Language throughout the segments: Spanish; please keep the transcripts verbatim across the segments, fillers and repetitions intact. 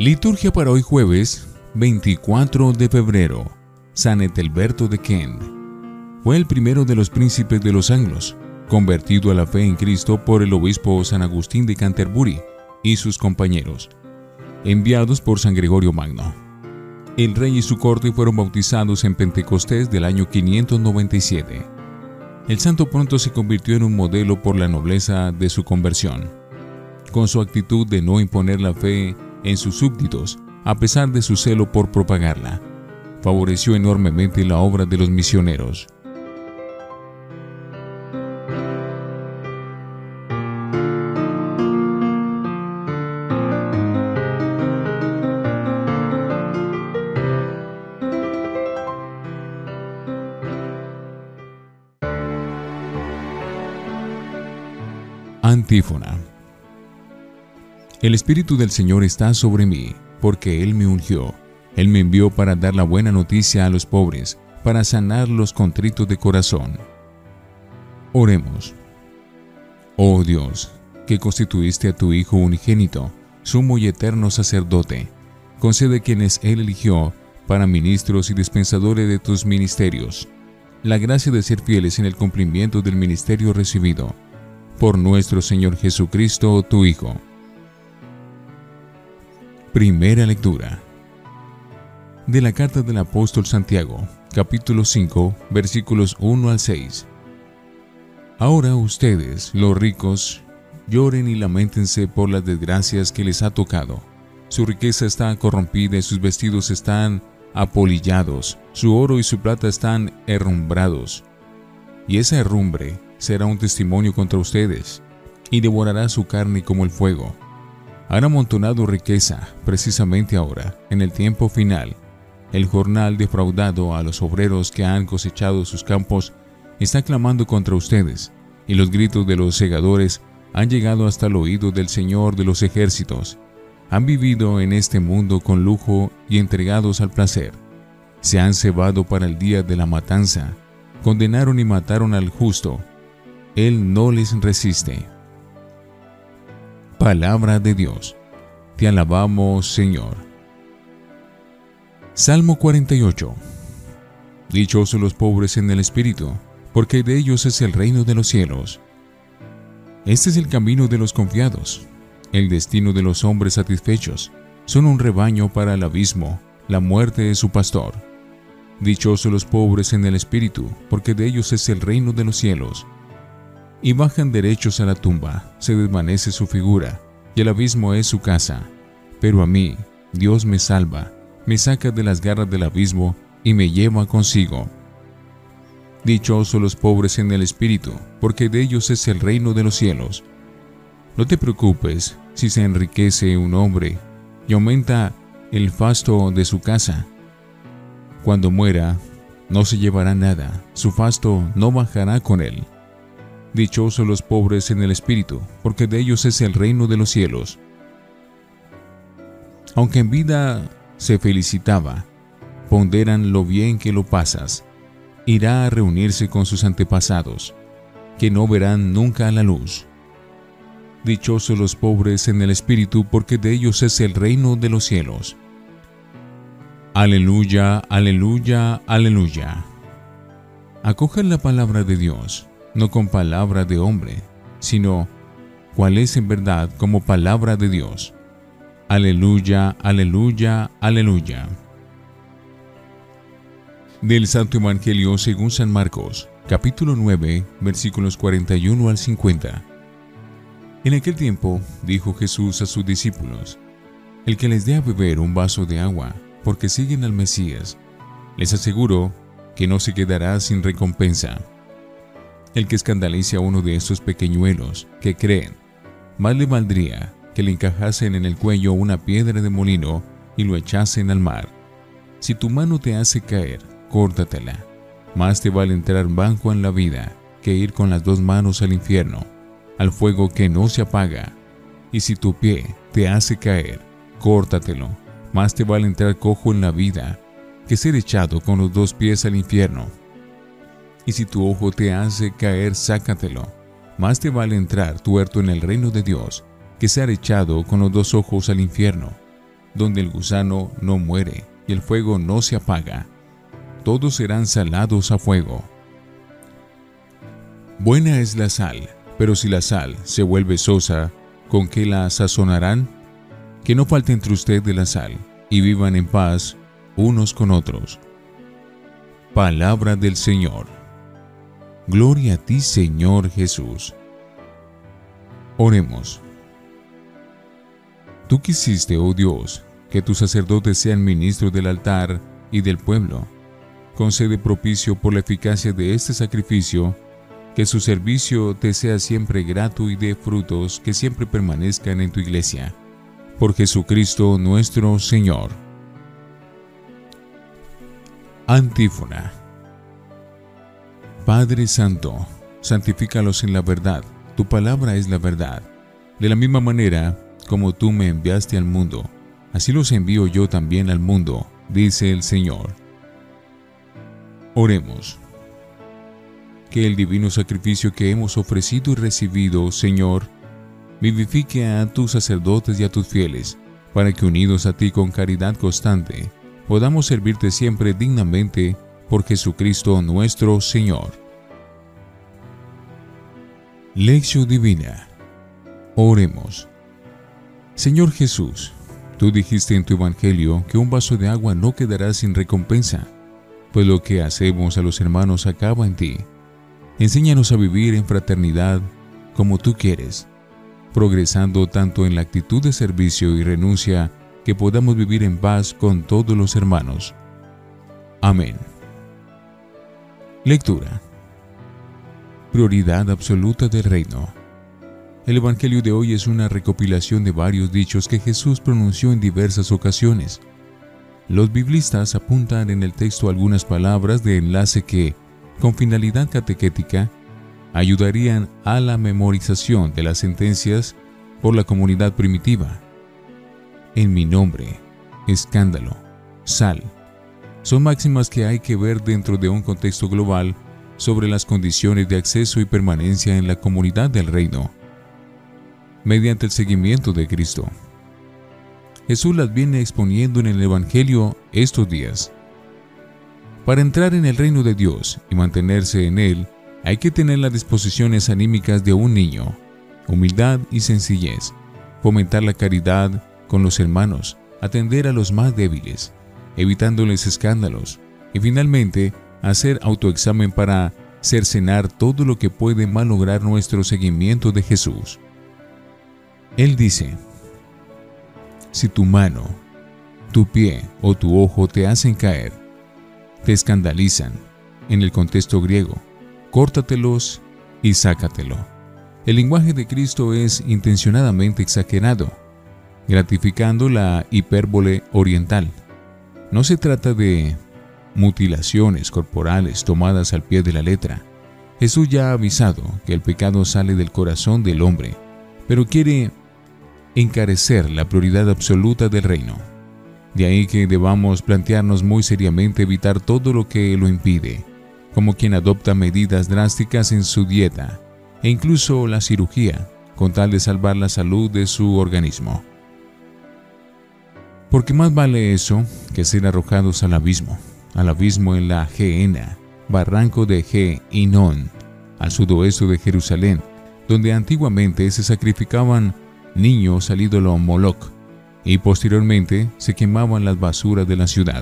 Liturgia para hoy jueves veinticuatro de febrero. San Ethelberto de Kent. Fue el primero de los príncipes de los anglos, convertido a la fe en Cristo por el obispo San Agustín de Canterbury y sus compañeros, enviados por San Gregorio Magno. El rey y su corte fueron bautizados en Pentecostés del año quinientos noventa y siete. El santo pronto se convirtió en un modelo por la nobleza de su conversión, con su actitud de no imponer la fe en sus súbditos, a pesar de su celo por propagarla. Favoreció enormemente la obra de los misioneros. Antífona. El Espíritu del Señor está sobre mí, porque Él me ungió. Él me envió para dar la buena noticia a los pobres, para sanar los contritos de corazón. Oremos. Oh Dios, que constituiste a tu Hijo unigénito, sumo y eterno sacerdote, concede quienes Él eligió para ministros y dispensadores de tus ministerios, la gracia de ser fieles en el cumplimiento del ministerio recibido, por nuestro Señor Jesucristo, tu Hijo. Primera lectura de la carta del apóstol Santiago, capítulo cinco, versículos uno al seis. Ahora ustedes, los ricos, lloren y lamentense por las desgracias que les ha tocado. Su riqueza está corrompida y sus vestidos están apolillados, su oro y su plata están herrumbrados. Y esa herrumbre será un testimonio contra ustedes, y devorará su carne como el fuego. Han amontonado riqueza, precisamente ahora, en el tiempo final. El jornal defraudado a los obreros que han cosechado sus campos está clamando contra ustedes, y los gritos de los segadores han llegado hasta el oído del Señor de los ejércitos. Han vivido en este mundo con lujo y entregados al placer. Se han cebado para el día de la matanza. Condenaron y mataron al justo. Él no les resiste. Palabra de Dios. Te alabamos, Señor. Salmo cuarenta y ocho. Dichosos los pobres en el espíritu, porque de ellos es el reino de los cielos. Este es el camino de los confiados, el destino de los hombres satisfechos. Son un rebaño para el abismo, la muerte es su pastor. Dichosos los pobres en el espíritu, porque de ellos es el reino de los cielos. Y bajan derechos a la tumba, se desvanece su figura, y el abismo es su casa. Pero a mí, Dios me salva, me saca de las garras del abismo y me lleva consigo. Dichosos los pobres en el espíritu, porque de ellos es el reino de los cielos. No te preocupes si se enriquece un hombre y aumenta el fasto de su casa. Cuando muera, no se llevará nada, su fasto no bajará con él. Dichosos los pobres en el espíritu, porque de ellos es el reino de los cielos. Aunque en vida se felicitaba, ponderan lo bien que lo pasas. Irá a reunirse con sus antepasados, que no verán nunca la luz. Dichosos los pobres en el espíritu, porque de ellos es el reino de los cielos. Aleluya, aleluya, aleluya. Acojan la palabra de Dios, no con palabra de hombre, sino cual es en verdad como palabra de Dios. Aleluya, aleluya, aleluya. Del Santo Evangelio según San Marcos, capítulo nueve, versículos cuarenta y uno al cincuenta. En aquel tiempo dijo Jesús a sus discípulos: el que les dé a beber un vaso de agua, porque siguen al Mesías, les aseguro que no se quedará sin recompensa. El que escandalice a uno de estos pequeñuelos que creen, más le valdría que le encajasen en el cuello una piedra de molino y lo echasen al mar. Si tu mano te hace caer, córtatela. Más te vale entrar banco en la vida que ir con las dos manos al infierno, al fuego que no se apaga. Y si tu pie te hace caer, córtatelo. Más te vale entrar cojo en la vida que ser echado con los dos pies al infierno. Y si tu ojo te hace caer, sácatelo. Más te vale entrar tuerto en el reino de Dios que ser echado con los dos ojos al infierno. donde el gusano no muere y el fuego no se apaga. Todos serán salados a fuego. Buena es la sal, pero si la sal se vuelve sosa, ¿con qué la sazonarán? Que no falte entre ustedes la sal, y vivan en paz unos con otros. Palabra del Señor. Gloria a ti, Señor Jesús. Oremos. Tú quisiste, oh Dios, que tus sacerdotes sean ministros del altar y del pueblo. Concede propicio por la eficacia de este sacrificio, que su servicio te sea siempre grato y dé frutos que siempre permanezcan en tu iglesia. Por Jesucristo nuestro Señor. Antífona. Padre Santo, santifícalos en la verdad. Tu palabra es la verdad. De la misma manera como tú me enviaste al mundo, así los envío yo también al mundo, dice el Señor. Oremos. Que el divino sacrificio que hemos ofrecido y recibido, Señor, vivifique a tus sacerdotes y a tus fieles, para que unidos a ti con caridad constante, podamos servirte siempre dignamente por Jesucristo nuestro Señor. Lección Divina. Oremos. Señor Jesús, tú dijiste en tu Evangelio que un vaso de agua no quedará sin recompensa, pues lo que hacemos a los hermanos acaba en ti. Enséñanos a vivir en fraternidad como tú quieres, progresando tanto en la actitud de servicio y renuncia que podamos vivir en paz con todos los hermanos. Amén. Lectura. Prioridad absoluta del reino. El Evangelio de hoy es una recopilación de varios dichos que Jesús pronunció en diversas ocasiones. Los biblistas apuntan en el texto algunas palabras de enlace que, con finalidad catequética, ayudarían a la memorización de las sentencias por la comunidad primitiva. En mi nombre, escándalo, sal, son máximas que hay que ver dentro de un contexto global sobre las condiciones de acceso y permanencia en la comunidad del reino, mediante el seguimiento de Cristo. Jesús las viene exponiendo en el Evangelio estos días. Para entrar en el reino de Dios y mantenerse en él, hay que tener las disposiciones anímicas de un niño, humildad y sencillez, fomentar la caridad con los hermanos, atender a los más débiles, evitándoles escándalos, y finalmente hacer autoexamen para cercenar todo lo que puede malograr nuestro seguimiento de Jesús. Él dice: si tu mano, tu pie o tu ojo te hacen caer, te escandalizan, en el contexto griego, córtatelos y sácatelo. El lenguaje de Cristo es intencionadamente exagerado, gratificando la hipérbole oriental. No se trata de mutilaciones corporales tomadas al pie de la letra. Jesús ya ha avisado que el pecado sale del corazón del hombre, pero quiere encarecer la prioridad absoluta del reino. De ahí que debamos plantearnos muy seriamente evitar todo lo que lo impide, como quien adopta medidas drásticas en su dieta e incluso la cirugía, con tal de salvar la salud de su organismo. Porque más vale eso que ser arrojados al abismo, al abismo en la Gehenna, barranco de Ge Hinnom, al sudoeste de Jerusalén, donde antiguamente se sacrificaban niños al ídolo Moloch, y posteriormente se quemaban las basuras de la ciudad.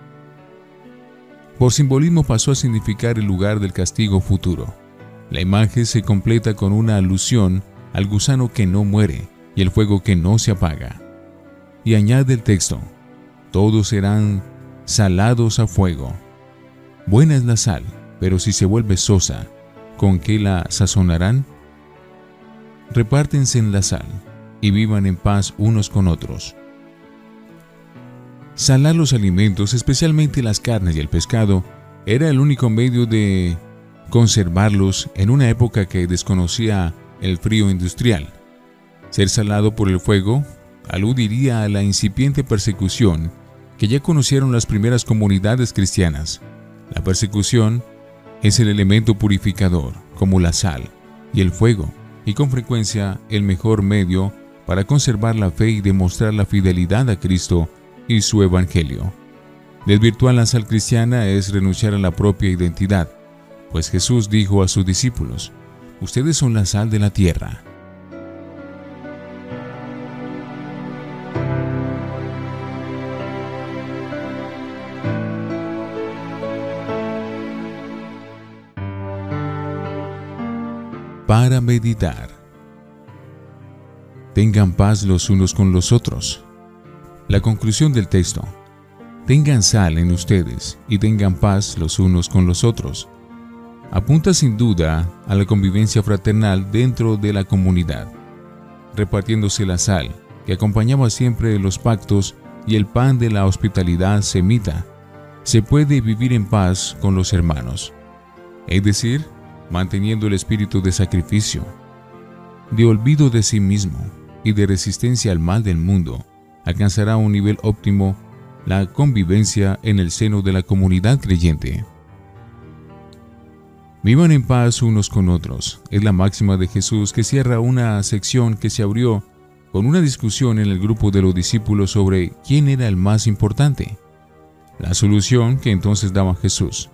Por simbolismo pasó a significar el lugar del castigo futuro. La imagen se completa con una alusión al gusano que no muere y el fuego que no se apaga. Y añade el texto: todos serán salados a fuego. Buena es la sal, pero si se vuelve sosa, ¿con qué la sazonarán? Repártense en la sal y vivan en paz unos con otros. Salar los alimentos, especialmente las carnes y el pescado, era el único medio de conservarlos en una época que desconocía el frío industrial. Ser salado por el fuego aludiría a la incipiente persecución que ya conocieron las primeras comunidades cristianas. La persecución es el elemento purificador, como la sal y el fuego, y con frecuencia el mejor medio para conservar la fe y demostrar la fidelidad a Cristo y su Evangelio. Desvirtuar la sal cristiana es renunciar a la propia identidad, pues Jesús dijo a sus discípulos: ustedes son la sal de la tierra. Para meditar. Tengan paz los unos con los otros. La conclusión del texto: tengan sal en ustedes y tengan paz los unos con los otros, apunta sin duda a la convivencia fraternal dentro de la comunidad, repartiéndose la sal que acompañaba siempre los pactos y el pan de la hospitalidad semita. Se puede vivir en paz con los hermanos, es decir, manteniendo el espíritu de sacrificio, de olvido de sí mismo y de resistencia al mal del mundo. Alcanzará un nivel óptimo la convivencia en el seno de la comunidad creyente. Vivan en paz unos con otros es la máxima de Jesús, que cierra una sección que se abrió con una discusión en el grupo de los discípulos sobre quién era el más importante. La solución que entonces daba Jesús: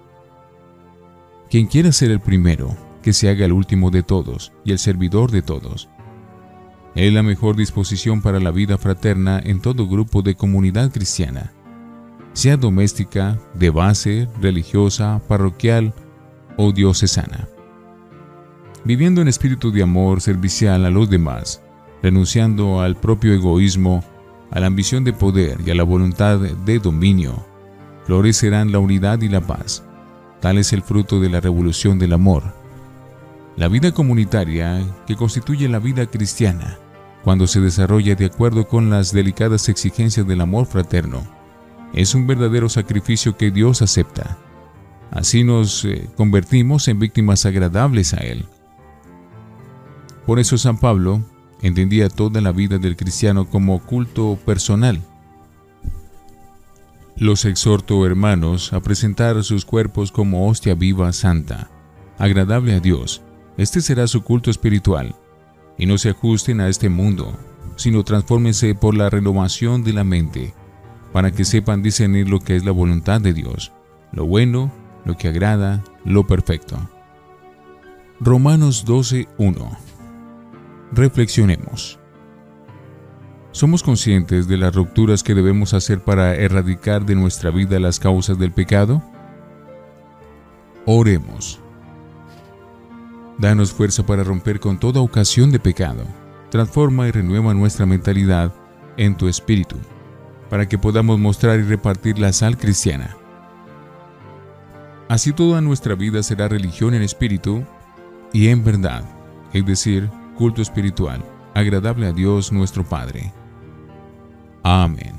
quien quiera ser el primero, que se haga el último de todos y el servidor de todos. Es la mejor disposición para la vida fraterna en todo grupo de comunidad cristiana, sea doméstica, de base, religiosa, parroquial o diocesana. Viviendo en espíritu de amor servicial a los demás, renunciando al propio egoísmo, a la ambición de poder y a la voluntad de dominio, florecerán la unidad y la paz. Tal es el fruto de la revolución del amor. La vida comunitaria, que constituye la vida cristiana, cuando se desarrolla de acuerdo con las delicadas exigencias del amor fraterno, es un verdadero sacrificio que Dios acepta. Así nos eh, convertimos en víctimas agradables a Él. Por eso San Pablo entendía toda la vida del cristiano como culto personal. Los exhorto, hermanos, a presentar sus cuerpos como hostia viva, santa, agradable a Dios. Este será su culto espiritual. Y no se ajusten a este mundo, sino transfórmense por la renovación de la mente, para que sepan discernir lo que es la voluntad de Dios, lo bueno, lo que agrada, lo perfecto. Romanos doce uno. Reflexionemos. ¿Somos conscientes de las rupturas que debemos hacer para erradicar de nuestra vida las causas del pecado? Oremos. Danos fuerza para romper con toda ocasión de pecado. Transforma y renueva nuestra mentalidad en tu espíritu, para que podamos mostrar y repartir la sal cristiana. Así toda nuestra vida será religión en espíritu y en verdad, es decir, culto espiritual, agradable a Dios nuestro Padre. Amén.